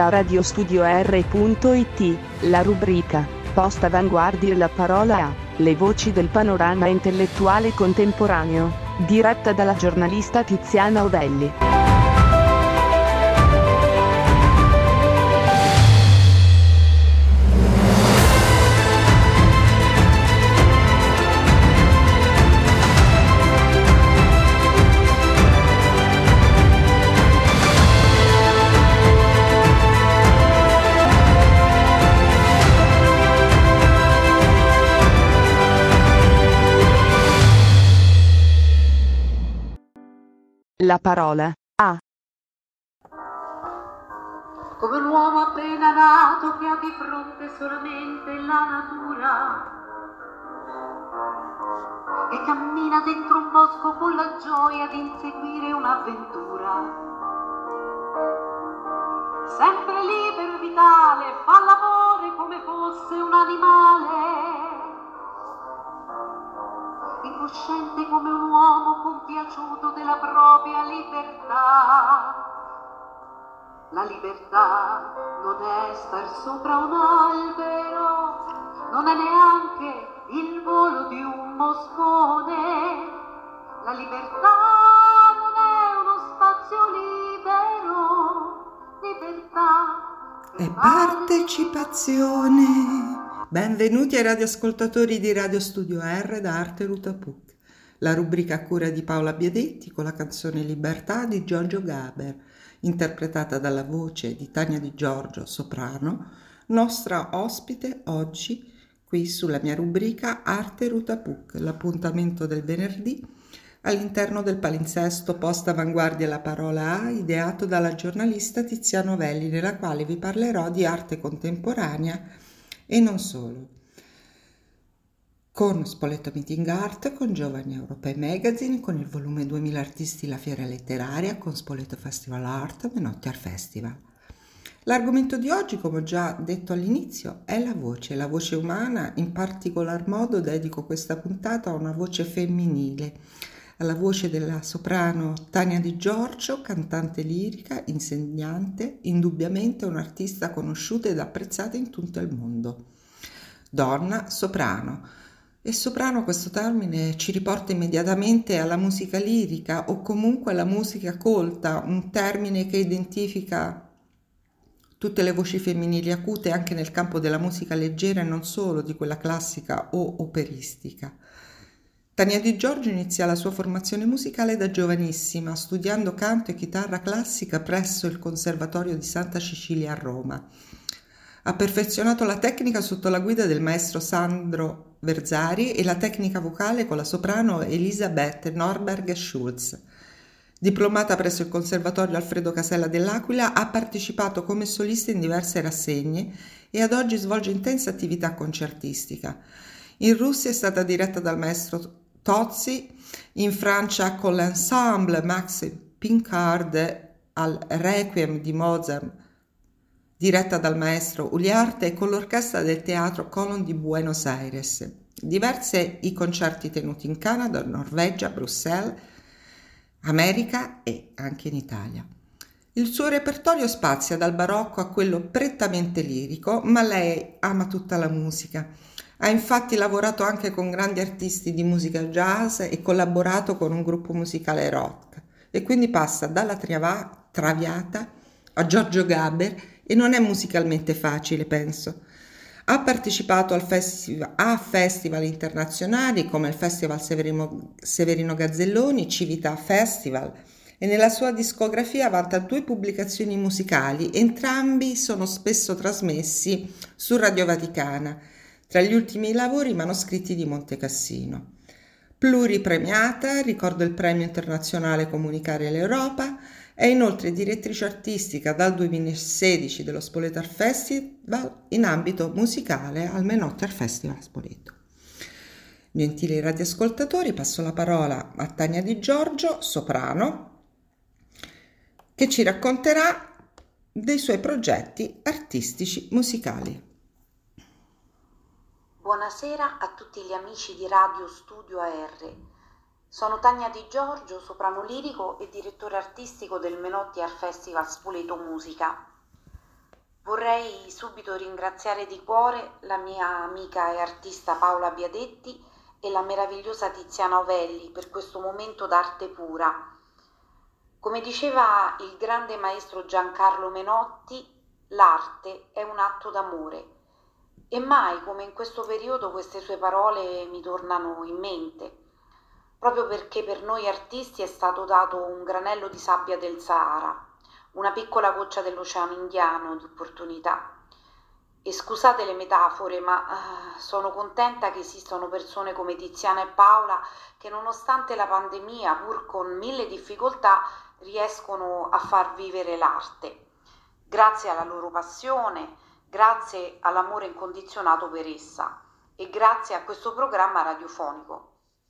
da radiostudio.r.it, la rubrica Post Avanguardia e la parola A, le voci del panorama intellettuale contemporaneo, diretta dalla giornalista Tiziana Ovelli. La parola A. Come un uomo appena nato che ha di fronte solamente la natura, e cammina dentro un bosco con la gioia di inseguire un'avventura. Sempre libero e vitale, fa l'amore come fosse un animale, incosciente come un uomo compiaciuto della propria libertà. La libertà non è star sopra un albero, non è neanche il volo di un moscone. La libertà non è uno spazio libero, libertà è partecipazione. Benvenuti ai radioascoltatori di Radio Studio R da Arte Ruta Puc, la rubrica a cura di Paola Biadetti con la canzone Libertà di Giorgio Gaber, interpretata dalla voce di Tania Di Giorgio, soprano, nostra ospite oggi qui sulla mia rubrica Arte Ruta Puc, l'appuntamento del venerdì all'interno del palinsesto Post Avanguardia la parola A, ideato dalla giornalista Tiziana Ovelli, nella quale vi parlerò di arte contemporanea e non solo. Con Spoleto Meeting Art, con Giovani Europei Magazine, con il volume 2000 Artisti la Fiera Letteraria, con Spoleto Festival Art, Menotti Art Festival. L'argomento di oggi, come ho già detto all'inizio, è la voce umana. In particolar modo dedico questa puntata a una voce femminile, alla voce della soprano Tania Di Giorgio, cantante lirica, insegnante, indubbiamente un'artista conosciuta ed apprezzata in tutto il mondo. Donna, soprano. E soprano, questo termine ci riporta immediatamente alla musica lirica o comunque alla musica colta, un termine che identifica tutte le voci femminili acute anche nel campo della musica leggera e non solo di quella classica o operistica. Tania Di Giorgio inizia la sua formazione musicale da giovanissima, studiando canto e chitarra classica presso il Conservatorio di Santa Cecilia a Roma. Ha perfezionato la tecnica sotto la guida del maestro Sandro Verzari e la tecnica vocale con la soprano Elisabeth Norberg-Schulz. Diplomata presso il Conservatorio Alfredo Casella dell'Aquila, ha partecipato come solista in diverse rassegne e ad oggi svolge intensa attività concertistica. In Russia è stata diretta dal maestro Tozzi, in Francia con l'ensemble Max Pincard al Requiem di Mozart, diretta dal maestro Uliarte, e con l'orchestra del Teatro Colón di Buenos Aires. Diverse i concerti tenuti in Canada, Norvegia, Bruxelles, America e anche in Italia. Il suo repertorio spazia dal barocco a quello prettamente lirico, ma lei ama tutta la musica. Ha infatti lavorato anche con grandi artisti di musica jazz e collaborato con un gruppo musicale rock, e quindi passa dalla Traviata a Giorgio Gaber, e non è musicalmente facile, penso. Ha partecipato a festival internazionali come il Festival Severino Gazzelloni, Cività Festival, e nella sua discografia vanta 2 pubblicazioni musicali, entrambi sono spesso trasmessi su Radio Vaticana, tra gli ultimi lavori manoscritti di Montecassino. Pluripremiata, ricordo il Premio Internazionale Comunicare l'Europa, è inoltre direttrice artistica dal 2016 dello Spoleto Art Festival in ambito musicale al Menotti Art Festival Spoleto. Gentili radioascoltatori, passo la parola a Tania Di Giorgio, soprano, che ci racconterà dei suoi progetti artistici musicali. Buonasera a tutti gli amici di Radio Studio AR. Sono Tania Di Giorgio, soprano lirico e direttore artistico del Menotti Art Festival Spoleto Musica. Vorrei subito ringraziare di cuore la mia amica e artista Paola Biadetti e la meravigliosa Tiziana Ovelli per questo momento d'arte pura. Come diceva il grande maestro Giancarlo Menotti, l'arte è un atto d'amore e mai come in questo periodo queste sue parole mi tornano in mente, proprio perché per noi artisti è stato dato un granello di sabbia del Sahara, una piccola goccia dell'Oceano Indiano di opportunità. E scusate le metafore, ma sono contenta che esistano persone come Tiziana e Paola che nonostante la pandemia, pur con 1000 difficoltà, riescono a far vivere l'arte. Grazie alla loro passione, grazie all'amore incondizionato per essa e grazie a questo programma radiofonico.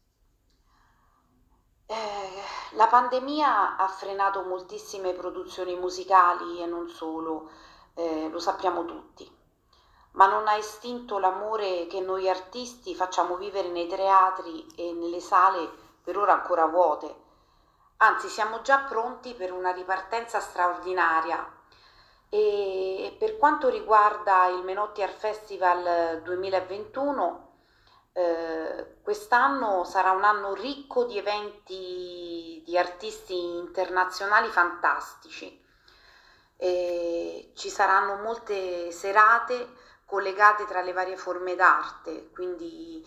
La pandemia ha frenato moltissime produzioni musicali e non solo, lo sappiamo tutti, ma non ha estinto l'amore che noi artisti facciamo vivere nei teatri e nelle sale per ora ancora vuote. Anzi, siamo già pronti per una ripartenza straordinaria. E per quanto riguarda il Menotti Art Festival 2021, quest'anno sarà un anno ricco di eventi di artisti internazionali fantastici. Ci saranno molte serate collegate tra le varie forme d'arte, quindi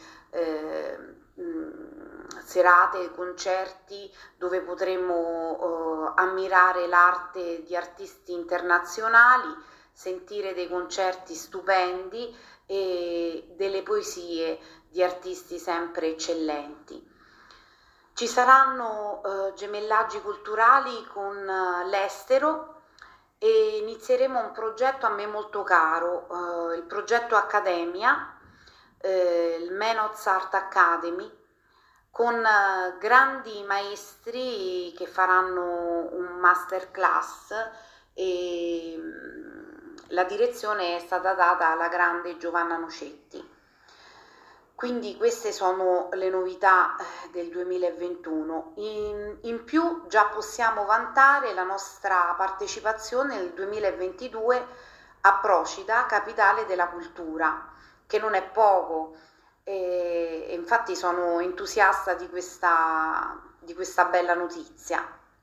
serate, concerti dove potremo ammirare l'arte di artisti internazionali, sentire dei concerti stupendi e delle poesie di artisti sempre eccellenti. Ci saranno gemellaggi culturali con l'estero e inizieremo un progetto a me molto caro, il progetto Accademia, il Menotti Art Academy, con grandi maestri che faranno un masterclass e la direzione è stata data alla grande Giovanna Nocetti. Quindi queste sono le novità del 2021. In più già possiamo vantare la nostra partecipazione nel 2022 a Procida, capitale della cultura, che non è poco. E infatti sono entusiasta di questa bella notizia.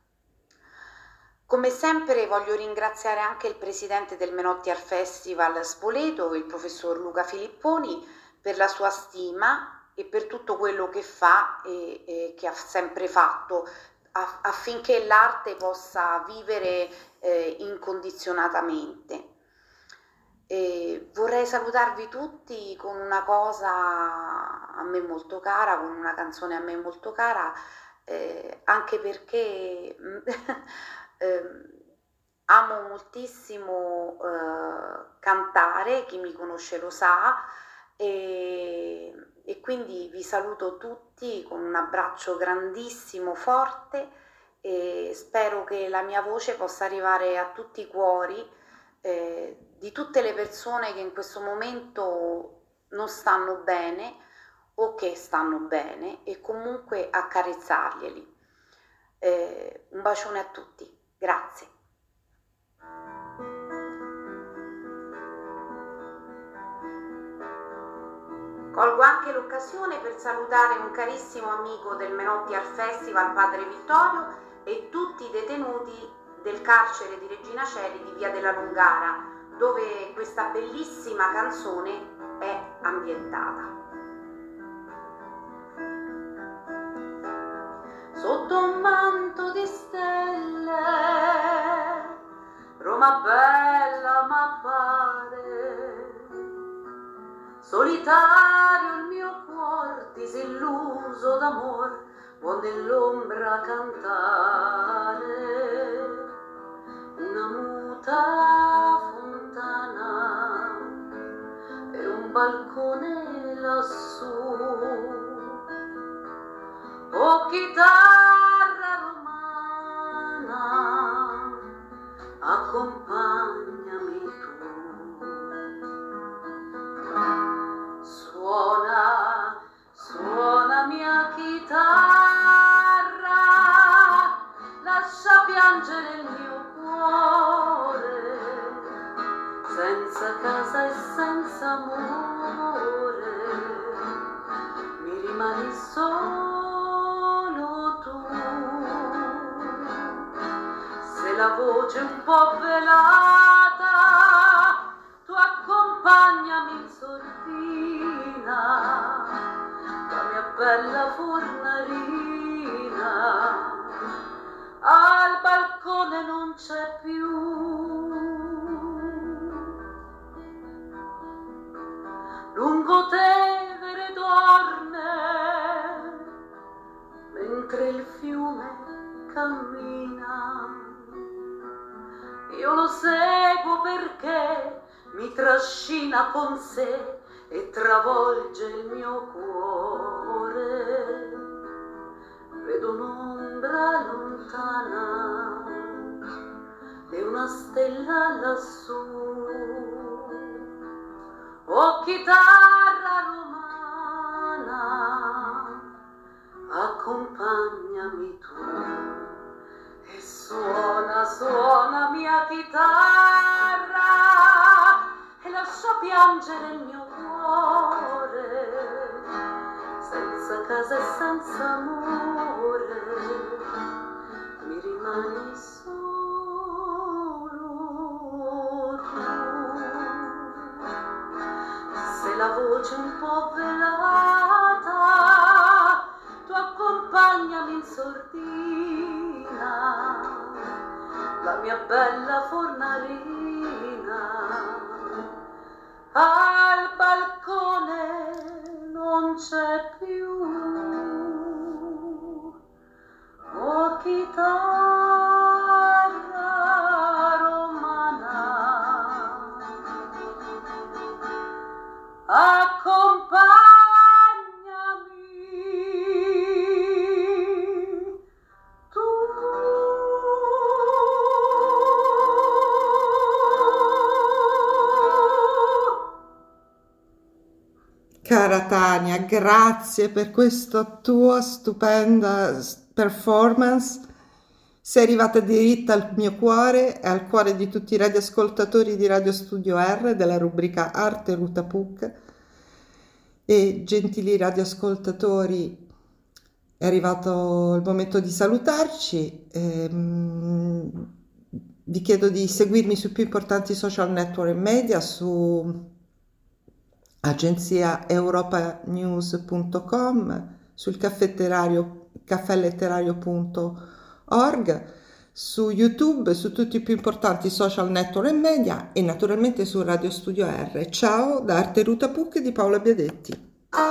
Come sempre voglio ringraziare anche il presidente del Menotti Art Festival Spoleto, il professor Luca Filipponi, per la sua stima e per tutto quello che fa e che ha sempre fatto affinché l'arte possa vivere incondizionatamente. Vorrei salutarvi tutti con una cosa a me molto cara, con una canzone a me molto cara, anche perché amo moltissimo cantare, chi mi conosce lo sa, e quindi vi saluto tutti con un abbraccio grandissimo, forte, e spero che la mia voce possa arrivare a tutti i cuori di tutte le persone che in questo momento non stanno bene o che stanno bene e comunque accarezzarglieli. Un bacione a tutti, grazie. Colgo anche l'occasione per salutare un carissimo amico del Menotti Art Festival, Padre Vittorio, e tutti i detenuti del carcere di Regina Coeli di Via della Lungara, dove questa bellissima canzone è ambientata. Sotto un manto di stelle, Roma bella m'appare, solitario il mio cuor disilluso d'amor può nell'ombra cantare. Una muta fontana e un balcone lassù, o chitarra romana, accompagnami tu. Suona, suona mia chitarra, lascia piangere il mio cuore, la voce un po' velata, tu accompagnami in sordina, la mia bella fornarina, al balcone non c'è più. Lungo Tevere dorme, mentre il fiume cammina. Io lo seguo perché mi trascina con sé e travolge il mio cuore. Vedo un'ombra lontana e una stella lassù. Oh, chitarra romana, accompagnami tu e suona, suona mia chitarra e lascia piangere il mio cuore, senza casa e senza amore, mi rimani solo tu. Se la voce un po' velata, tu accompagnami in sordina, la mia bella fornarina, al balcone non c'è più. Oh, chitarra romana, accompagnami tu. Cara Tania, grazie per questa tua stupenda performance. Sei arrivata diritta al mio cuore e al cuore di tutti i radioascoltatori di Radio Studio R della rubrica Arte Ruta Puc. E gentili radioascoltatori, è arrivato il momento di salutarci. Vi chiedo di seguirmi sui più importanti social network e media, su agenziaeuropanews.com, sul caffè-letterario.org, su YouTube, su tutti i più importanti social network e media e naturalmente su Radio Studio R. Ciao da Arte Ruta Puc di Paola Biadetti.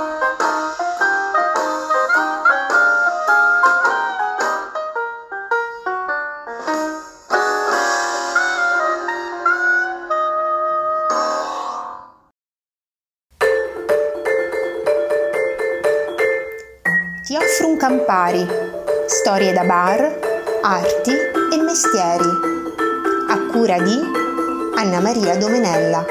Ti offro un Campari, storie da bar, arti e mestieri, a cura di Anna Maria Domenella.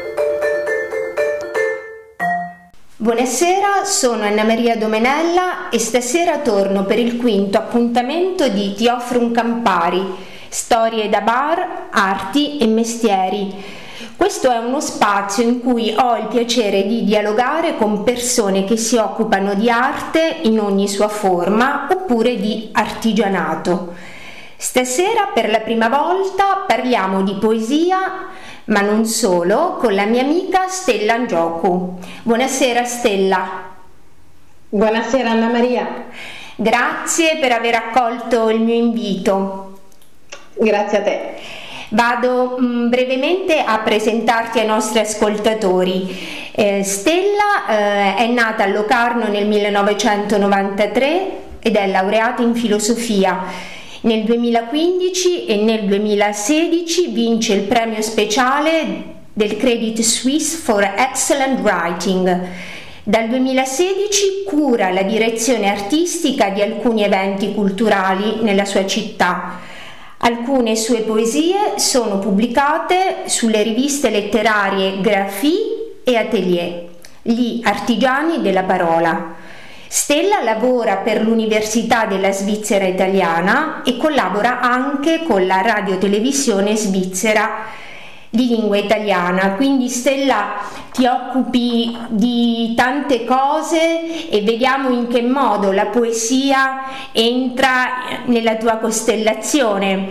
Buonasera, sono Anna Maria Domenella e stasera torno per il quinto appuntamento di Ti offro un Campari, storie da bar, arti e mestieri. Questo è uno spazio in cui ho il piacere di dialogare con persone che si occupano di arte in ogni sua forma oppure di artigianato. Stasera per la prima volta parliamo di poesia, ma non solo, con la mia amica Stella Angioku. Buonasera Stella. Buonasera Anna Maria. Grazie per aver accolto il mio invito. Grazie a te. Vado brevemente a presentarti ai nostri ascoltatori. Stella è nata a Locarno nel 1993 ed è laureata in filosofia. Nel 2015 e nel 2016 vince il premio speciale del Credit Suisse for Excellent Writing. Dal 2016 cura la direzione artistica di alcuni eventi culturali nella sua città. Alcune sue poesie sono pubblicate sulle riviste letterarie Graphie e Atelier, gli artigiani della parola. Stella lavora per l'Università della Svizzera Italiana e collabora anche con la radiotelevisione svizzera di lingua italiana. Quindi Stella, ti occupi di tante cose e vediamo in che modo la poesia entra nella tua costellazione.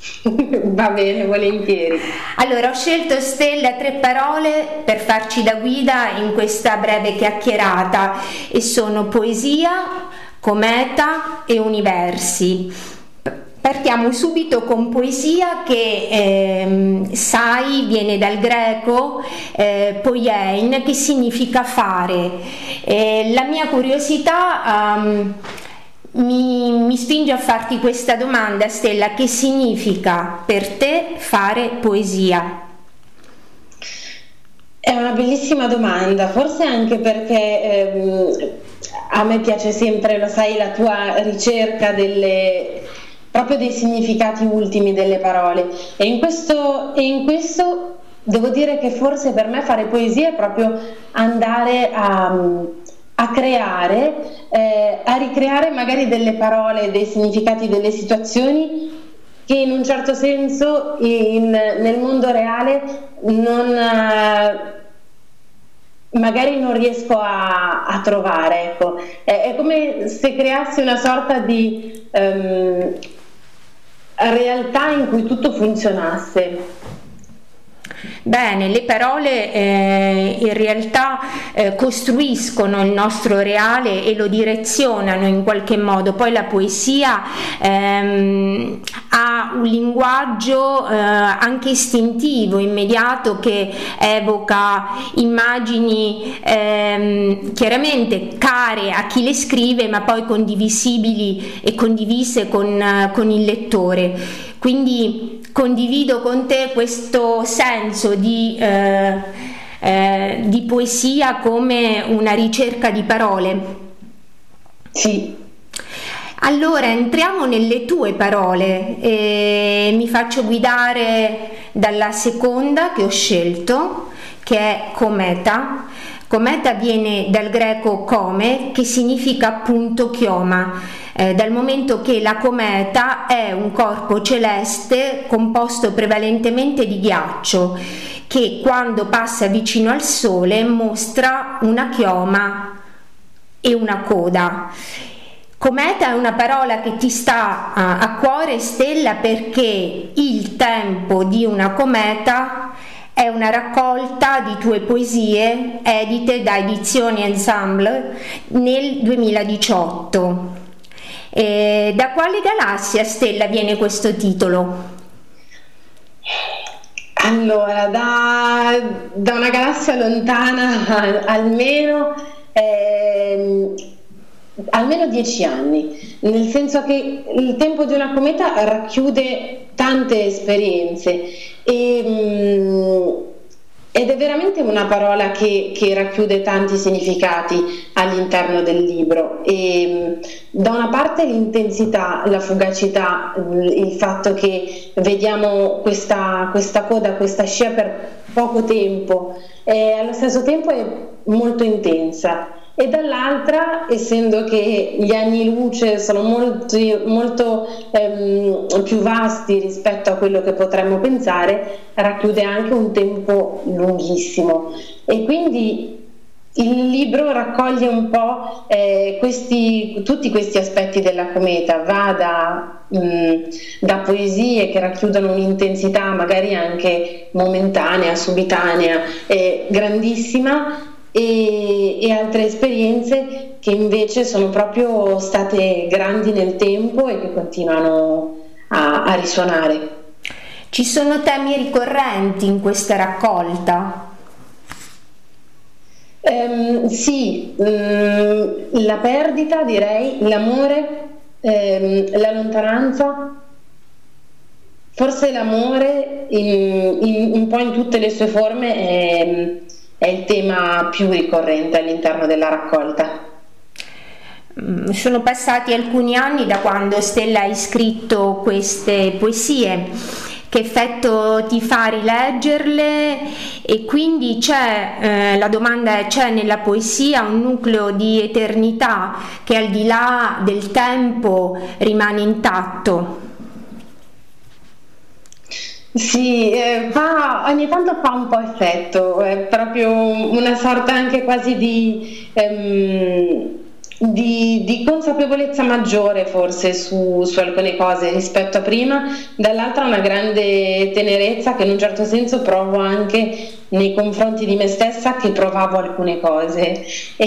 Va bene, volentieri. Allora, ho scelto, Stella, 3 parole per farci da guida in questa breve chiacchierata, e sono poesia, cometa e universi. Partiamo subito con poesia, che sai viene dal greco poiein, che significa fare. La mia curiosità mi spinge a farti questa domanda, Stella: che significa per te fare poesia? È una bellissima domanda, forse anche perché a me piace sempre, lo sai, la tua ricerca proprio dei significati ultimi delle parole, e in questo devo dire che forse per me fare poesia è proprio andare a creare, a ricreare magari delle parole, dei significati, delle situazioni che in un certo senso nel mondo reale magari non riesco a trovare, ecco. È come se creassi una sorta di realtà in cui tutto funzionasse. Bene, le parole in realtà costruiscono il nostro reale e lo direzionano in qualche modo. Poi la poesia ha un linguaggio anche istintivo, immediato, che evoca immagini chiaramente care a chi le scrive, ma poi condivisibili e condivise con il lettore. Quindi condivido con te questo senso di poesia come una ricerca di parole. Sì. Allora entriamo nelle tue parole e mi faccio guidare dalla seconda che ho scelto, che è cometa. Cometa viene dal greco come, che significa appunto chioma, dal momento che la cometa è un corpo celeste composto prevalentemente di ghiaccio, che quando passa vicino al Sole mostra una chioma e una coda. Cometa è una parola che ti sta a cuore, Stella, perché Il tempo di una cometa è una raccolta di tue poesie edite da Edizioni Ensemble nel 2018. Da quale galassia, Stella, viene questo titolo? Allora, da una galassia lontana almeno 10 anni, nel senso che il tempo di una cometa racchiude tante esperienze ed è veramente una parola che racchiude tanti significati all'interno del libro. E da una parte l'intensità, la fugacità, il fatto che vediamo questa coda, questa scia per poco tempo, e allo stesso tempo è molto intensa. E dall'altra, essendo che gli anni luce sono molto più vasti rispetto a quello che potremmo pensare, racchiude anche un tempo lunghissimo, e quindi il libro raccoglie un po' tutti questi aspetti della cometa. Va da poesie che racchiudono un'intensità magari anche momentanea, subitanea, grandissima, e altre esperienze che invece sono proprio state grandi nel tempo e che continuano a risuonare. Ci sono temi ricorrenti in questa raccolta? Sì, la perdita, direi, l'amore, la lontananza. Forse l'amore un po' in tutte le sue forme è il tema più ricorrente all'interno della raccolta. Sono passati alcuni anni da quando, Stella, hai scritto queste poesie. Che effetto ti fa rileggerle? E quindi la domanda è: c'è nella poesia un nucleo di eternità che al di là del tempo rimane intatto? Sì, ogni tanto fa un po' effetto, è proprio una sorta anche quasi di di consapevolezza maggiore forse su alcune cose rispetto a prima, dall'altra una grande tenerezza che in un certo senso provo anche nei confronti di me stessa, che provavo alcune cose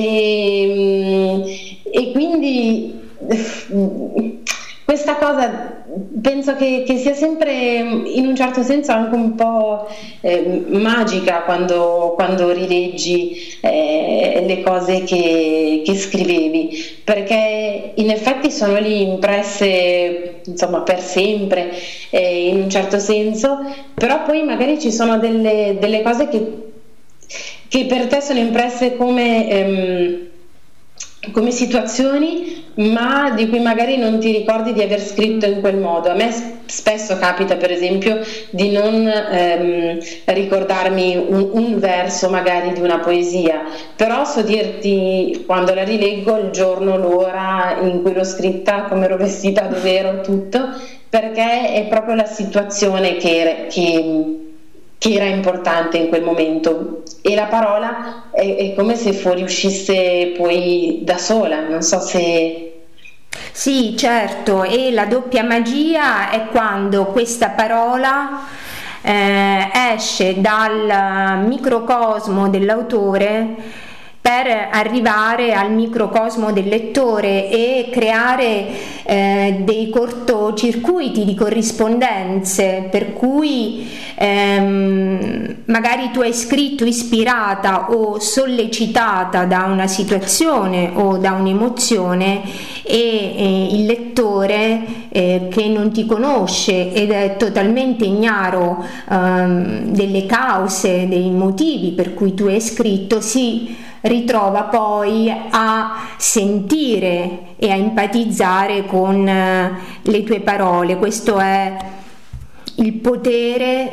e quindi questa cosa penso che sia sempre in un certo senso anche un po' magica quando rileggi le cose che scrivevi, perché in effetti sono lì impresse insomma per sempre in un certo senso, però poi magari ci sono delle cose che per te sono impresse come situazioni, ma di cui magari non ti ricordi di aver scritto in quel modo. A me spesso capita, per esempio, di non ricordarmi un verso magari di una poesia, però so dirti quando la rileggo il giorno, l'ora in cui l'ho scritta, come ero vestita, dove ero, tutto, perché è proprio la situazione che era importante in quel momento, e la parola è come se fuoriuscisse poi da sola, non so se... Sì, certo, e la doppia magia è quando questa parola esce dal microcosmo dell'autore per arrivare al microcosmo del lettore e creare dei cortocircuiti di corrispondenze, per cui magari tu hai scritto ispirata o sollecitata da una situazione o da un'emozione e il lettore che non ti conosce ed è totalmente ignaro delle cause, dei motivi per cui tu hai scritto, si ritrova poi a sentire e a empatizzare con le tue parole. Questo è il potere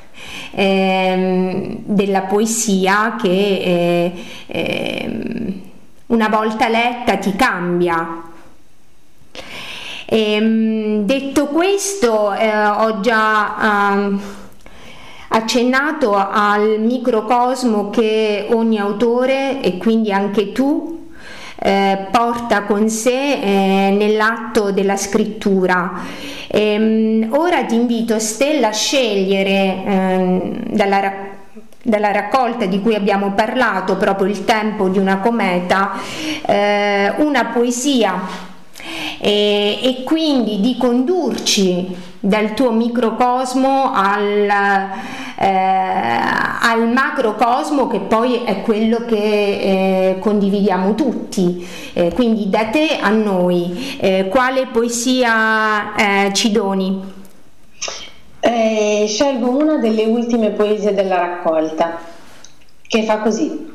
della poesia che una volta letta ti cambia. Detto questo, ho già accennato al microcosmo che ogni autore, e quindi anche tu, porta con sé nell'atto della scrittura. Ora ti invito, Stella, a scegliere dalla raccolta di cui abbiamo parlato, proprio Il tempo di una cometa, una poesia e quindi di condurci dal tuo microcosmo al macrocosmo, che poi è quello che condividiamo tutti, quindi da te a noi. Quale poesia ci doni? Scelgo una delle ultime poesie della raccolta, che fa così: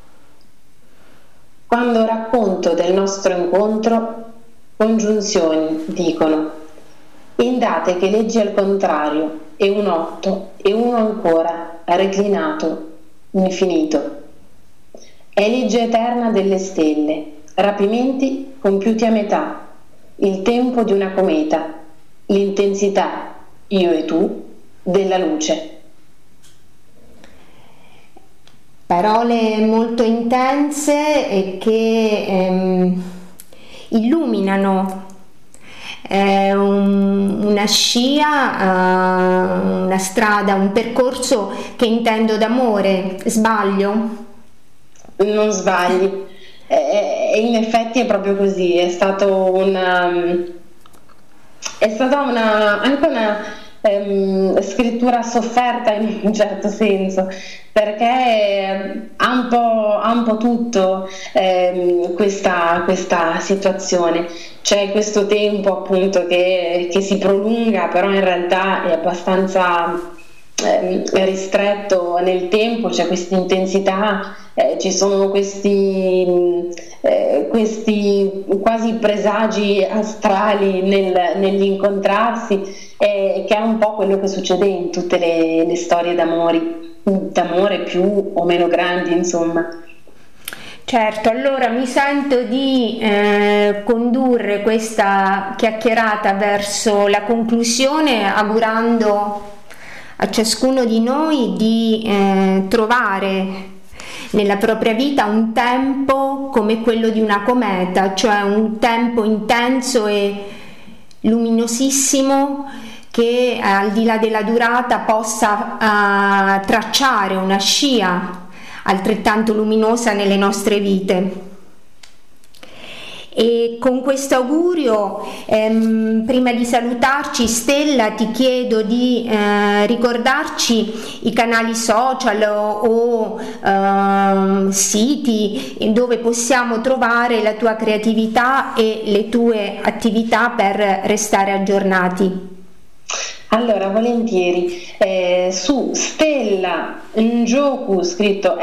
quando racconto del nostro incontro, congiunzioni dicono, in date che leggi al contrario, e un 8 e uno ancora, reclinato, infinito. È legge eterna delle stelle, rapimenti compiuti a metà, il tempo di una cometa, l'intensità, io e tu, della luce. Parole molto intense e che illuminano una scia, una strada, un percorso che intendo d'amore. Sbaglio? Non sbagli, in effetti è proprio così. È stata anche una scrittura sofferta in un certo senso, perché ha un po' tutto questa situazione. C'è questo tempo appunto che si prolunga, però in realtà è abbastanza ristretto nel tempo, c'è questa intensità, ci sono questi quasi presagi astrali nell'incontrarsi, che è un po' quello che succede in tutte le storie d'amore più o meno grandi, insomma. Certo, allora mi sento di condurre questa chiacchierata verso la conclusione, augurando a ciascuno di noi di trovare nella propria vita un tempo come quello di una cometa, cioè un tempo intenso e luminosissimo che al di là della durata possa tracciare una scia altrettanto luminosa nelle nostre vite. E con questo augurio, prima di salutarci, Stella, ti chiedo di ricordarci i canali social o siti dove possiamo trovare la tua creatività e le tue attività per restare aggiornati. Allora, volentieri, su Stella Njoku, scritto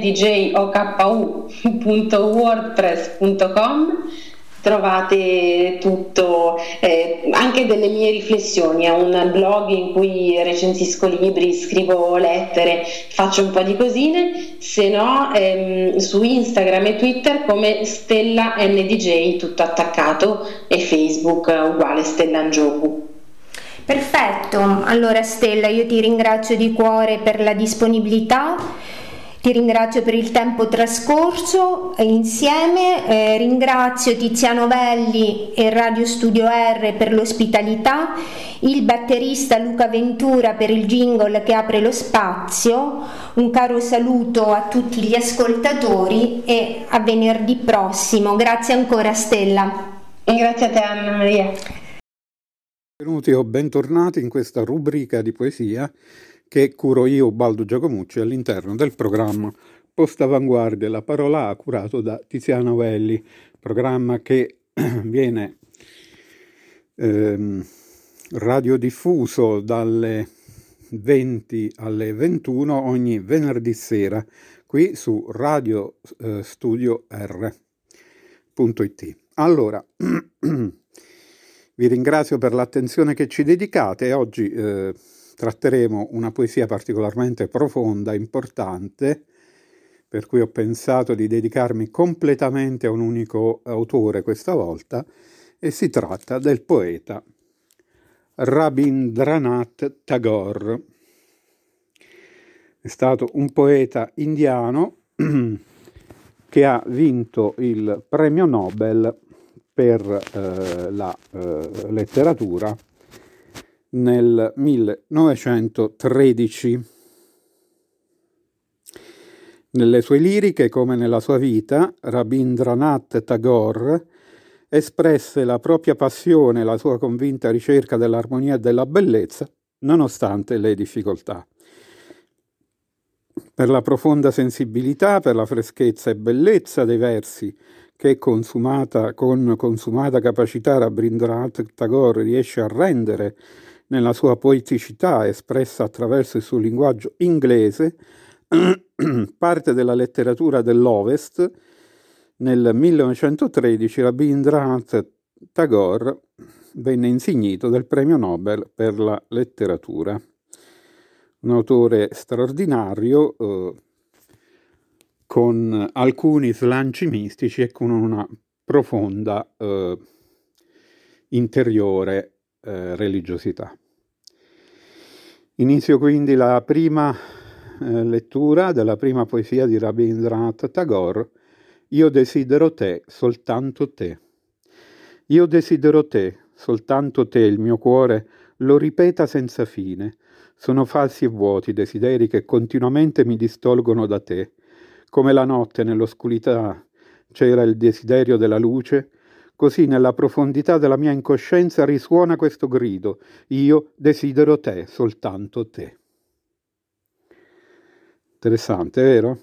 ndjoku.wordpress.com, trovate tutto, anche delle mie riflessioni. È un blog in cui recensisco libri, scrivo lettere, faccio un po' di cosine, se no su Instagram e Twitter come Stella NDJ, tutto attaccato, e Facebook uguale Stella Njoku. Perfetto, allora Stella, io ti ringrazio di cuore per la disponibilità, ti ringrazio per il tempo trascorso insieme, ringrazio Tiziano Velli e Radio Studio R per l'ospitalità, il batterista Luca Ventura per il jingle che apre lo spazio, un caro saluto a tutti gli ascoltatori e a venerdì prossimo. Grazie ancora Stella. E grazie a te Anna Maria. Benvenuti o bentornati in questa rubrica di poesia che curo io, Ubaldo Giacomucci, all'interno del programma Post Avanguardia, la parola A, curato da Tiziano Velli, programma che viene radiodiffuso dalle 20 alle 21 ogni venerdì sera qui su Radio Studio R.it. Allora, vi ringrazio per l'attenzione che ci dedicate e oggi tratteremo una poesia particolarmente profonda, importante, per cui ho pensato di dedicarmi completamente a un unico autore questa volta, e si tratta del poeta Rabindranath Tagore. È stato un poeta indiano che ha vinto il premio Nobel per la letteratura nel 1913. Nelle sue liriche, come nella sua vita, Rabindranath Tagore espresse la propria passione e la sua convinta ricerca dell'armonia e della bellezza, nonostante le difficoltà. Per la profonda sensibilità, per la freschezza e bellezza dei versi che con consumata capacità Rabindranath Tagore riesce a rendere nella sua poeticità espressa attraverso il suo linguaggio inglese, parte della letteratura dell'Ovest, nel 1913 Rabindranath Tagore venne insignito del premio Nobel per la letteratura. Un autore straordinario, con alcuni slanci mistici e con una profonda interiore religiosità. Inizio quindi la prima lettura della prima poesia di Rabindranath Tagore, Io desidero te, soltanto te. Io desidero te, soltanto te, il mio cuore lo ripeta senza fine. Sono falsi e vuoti desideri che continuamente mi distolgono da te. Come la notte nell'oscurità c'era il desiderio della luce, così nella profondità della mia incoscienza risuona questo grido: io desidero te, soltanto te. Interessante, vero?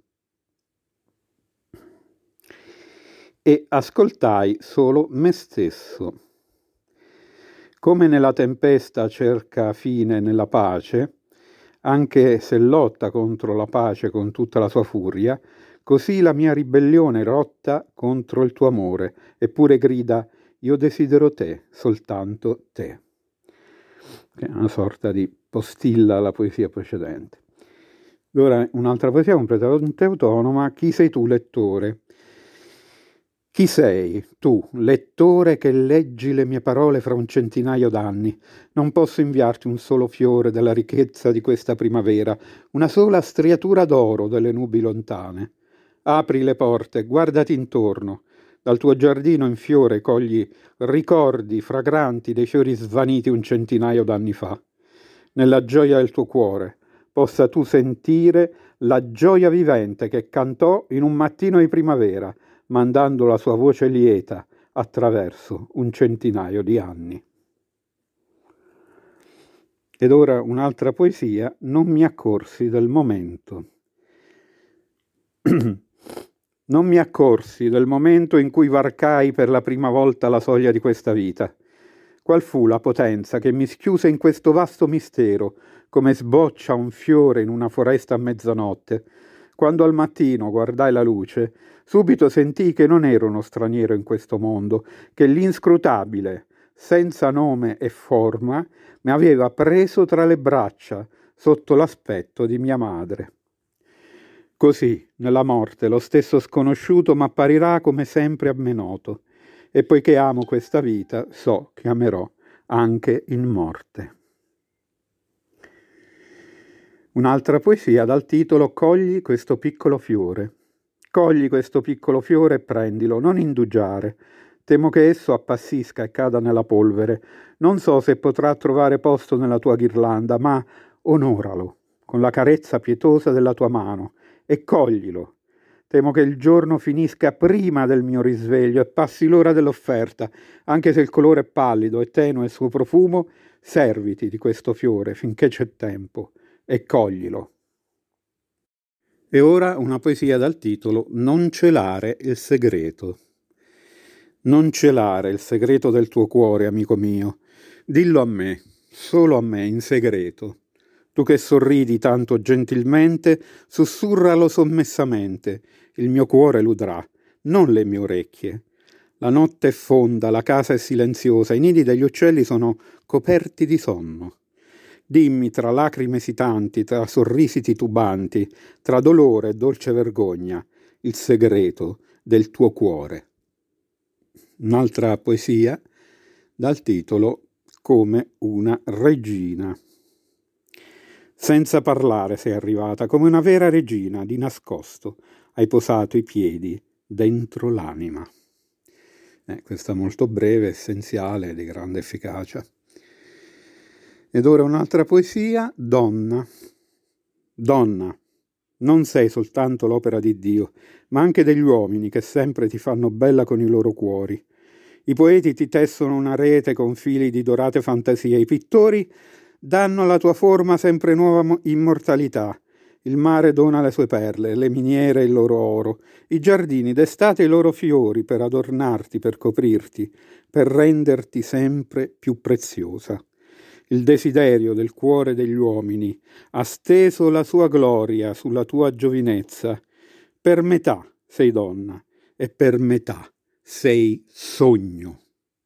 E ascoltai solo me stesso. Come nella tempesta cerca fine nella pace, anche se lotta contro la pace con tutta la sua furia, così la mia ribellione rotta contro il tuo amore, eppure grida: io desidero te, soltanto te. Che è una sorta di postilla alla poesia precedente. Ora un'altra poesia completamente autonoma, Chi sei tu, lettore? Chi sei, tu, lettore che leggi le mie parole fra un centinaio d'anni? Non posso inviarti un solo fiore della ricchezza di questa primavera, una sola striatura d'oro delle nubi lontane. Apri le porte, guardati intorno. Dal tuo giardino in fiore cogli ricordi fragranti dei fiori svaniti un centinaio d'anni fa. Nella gioia del tuo cuore possa tu sentire la gioia vivente che cantò in un mattino di primavera, mandando la sua voce lieta attraverso un centinaio di anni. Ed ora un'altra poesia, Non mi accorsi del momento. Non mi accorsi del momento in cui varcai per la prima volta la soglia di questa vita. Qual fu la potenza che mi schiuse in questo vasto mistero, come sboccia un fiore in una foresta a mezzanotte? Quando al mattino guardai la luce, subito sentii che non ero uno straniero in questo mondo, che l'inscrutabile, senza nome e forma, mi aveva preso tra le braccia sotto l'aspetto di mia madre. Così, nella morte, lo stesso sconosciuto m'apparirà come sempre a me noto, e poiché amo questa vita, so che amerò anche in morte. Un'altra poesia dal titolo Cogli questo piccolo fiore. Cogli questo piccolo fiore e prendilo, non indugiare. Temo che esso appassisca e cada nella polvere. Non so se potrà trovare posto nella tua ghirlanda, ma onoralo con la carezza pietosa della tua mano e coglilo. Temo che il giorno finisca prima del mio risveglio e passi l'ora dell'offerta, anche se il colore è pallido e tenue il suo profumo, serviti di questo fiore finché c'è tempo e coglilo. E ora una poesia dal titolo Non celare il segreto. Non celare il segreto del tuo cuore, amico mio. Dillo a me, solo a me, in segreto. Tu che sorridi tanto gentilmente, sussurralo sommessamente. Il mio cuore l'udrà, non le mie orecchie. La notte è fonda, la casa è silenziosa, i nidi degli uccelli sono coperti di sonno. Dimmi tra lacrime esitanti, tra sorrisi titubanti, tra dolore e dolce vergogna, il segreto del tuo cuore. Un'altra poesia dal titolo Come una regina. Senza parlare sei arrivata, come una vera regina, di nascosto, hai posato i piedi dentro l'anima. Questa è molto breve, essenziale, di grande efficacia. Ed ora un'altra poesia, Donna. Donna, non sei soltanto l'opera di Dio, ma anche degli uomini che sempre ti fanno bella con i loro cuori. I poeti ti tessono una rete con fili di dorate fantasie, i pittori danno alla tua forma sempre nuova immortalità. Il mare dona le sue perle, le miniere il loro oro, i giardini d'estate i loro fiori per adornarti, per coprirti, per renderti sempre più preziosa. Il desiderio del cuore degli uomini ha steso la sua gloria sulla tua giovinezza. Per metà sei donna e per metà sei sogno.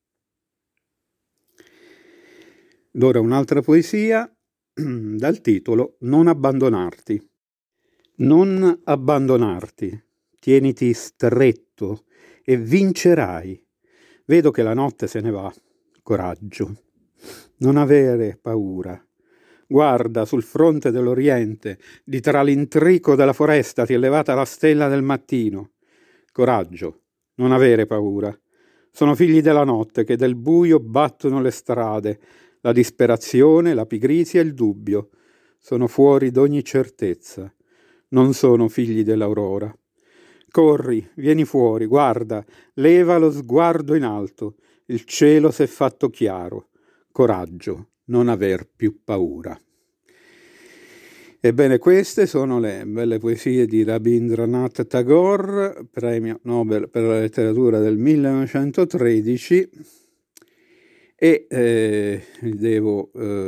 Ed ora un'altra poesia dal titolo Non abbandonarti. Non abbandonarti, tieniti stretto e vincerai. Vedo che la notte se ne va. Coraggio. Non avere paura. Guarda, sul fronte dell'Oriente, di tra l'intrico della foresta ti è levata la stella del mattino. Coraggio, non avere paura. Sono figli della notte che del buio battono le strade, la disperazione, la pigrizia e il dubbio. Sono fuori d'ogni certezza. Non sono figli dell'aurora. Corri, vieni fuori, guarda, leva lo sguardo in alto. Il cielo s'è fatto chiaro. Coraggio, non aver più paura. Ebbene, queste sono le belle poesie di Rabindranath Tagore, premio Nobel per la letteratura del 1913, e devo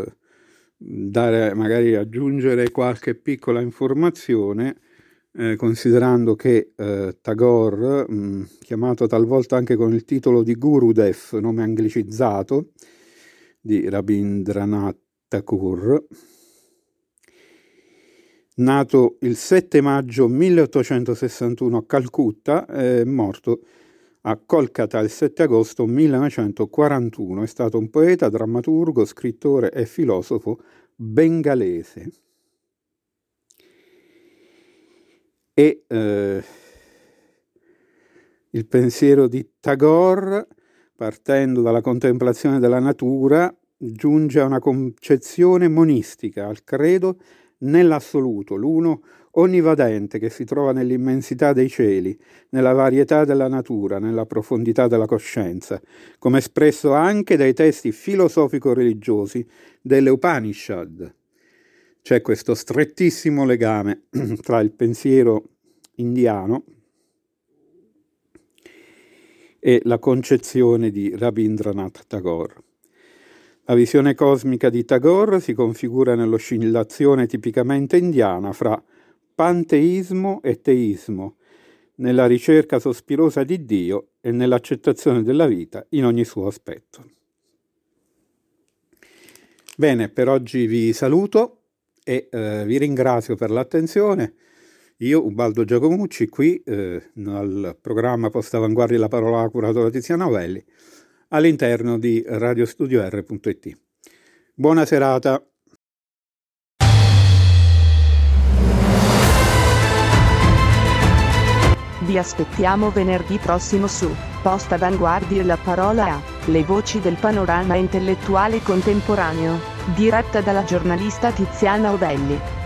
magari aggiungere qualche piccola informazione, considerando che Tagore, chiamato talvolta anche con il titolo di Gurudev, nome anglicizzato di Rabindranath Tagore, nato il 7 maggio 1861 a Calcutta, è morto a Kolkata il 7 agosto 1941. È stato un poeta, drammaturgo, scrittore e filosofo bengalese. E il pensiero di Tagore, partendo dalla contemplazione della natura, giunge a una concezione monistica, al credo nell'assoluto, l'uno onnivadente che si trova nell'immensità dei cieli, nella varietà della natura, nella profondità della coscienza, come espresso anche dai testi filosofico-religiosi delle Upanishad. C'è questo strettissimo legame tra il pensiero indiano e la concezione di Rabindranath Tagore. La visione cosmica di Tagore si configura nell'oscillazione tipicamente indiana fra panteismo e teismo, nella ricerca sospirosa di Dio e nell'accettazione della vita in ogni suo aspetto. Bene, per oggi vi saluto e vi ringrazio per l'attenzione. Io, Ubaldo Giacomucci, qui al programma Post Avanguardia la parola alla curatore Tiziana Ovelli, all'interno di radiostudio.r.it. Buona serata. Vi aspettiamo venerdì prossimo su Post Avanguardia la parola a le voci del panorama intellettuale contemporaneo, diretta dalla giornalista Tiziana Ovelli.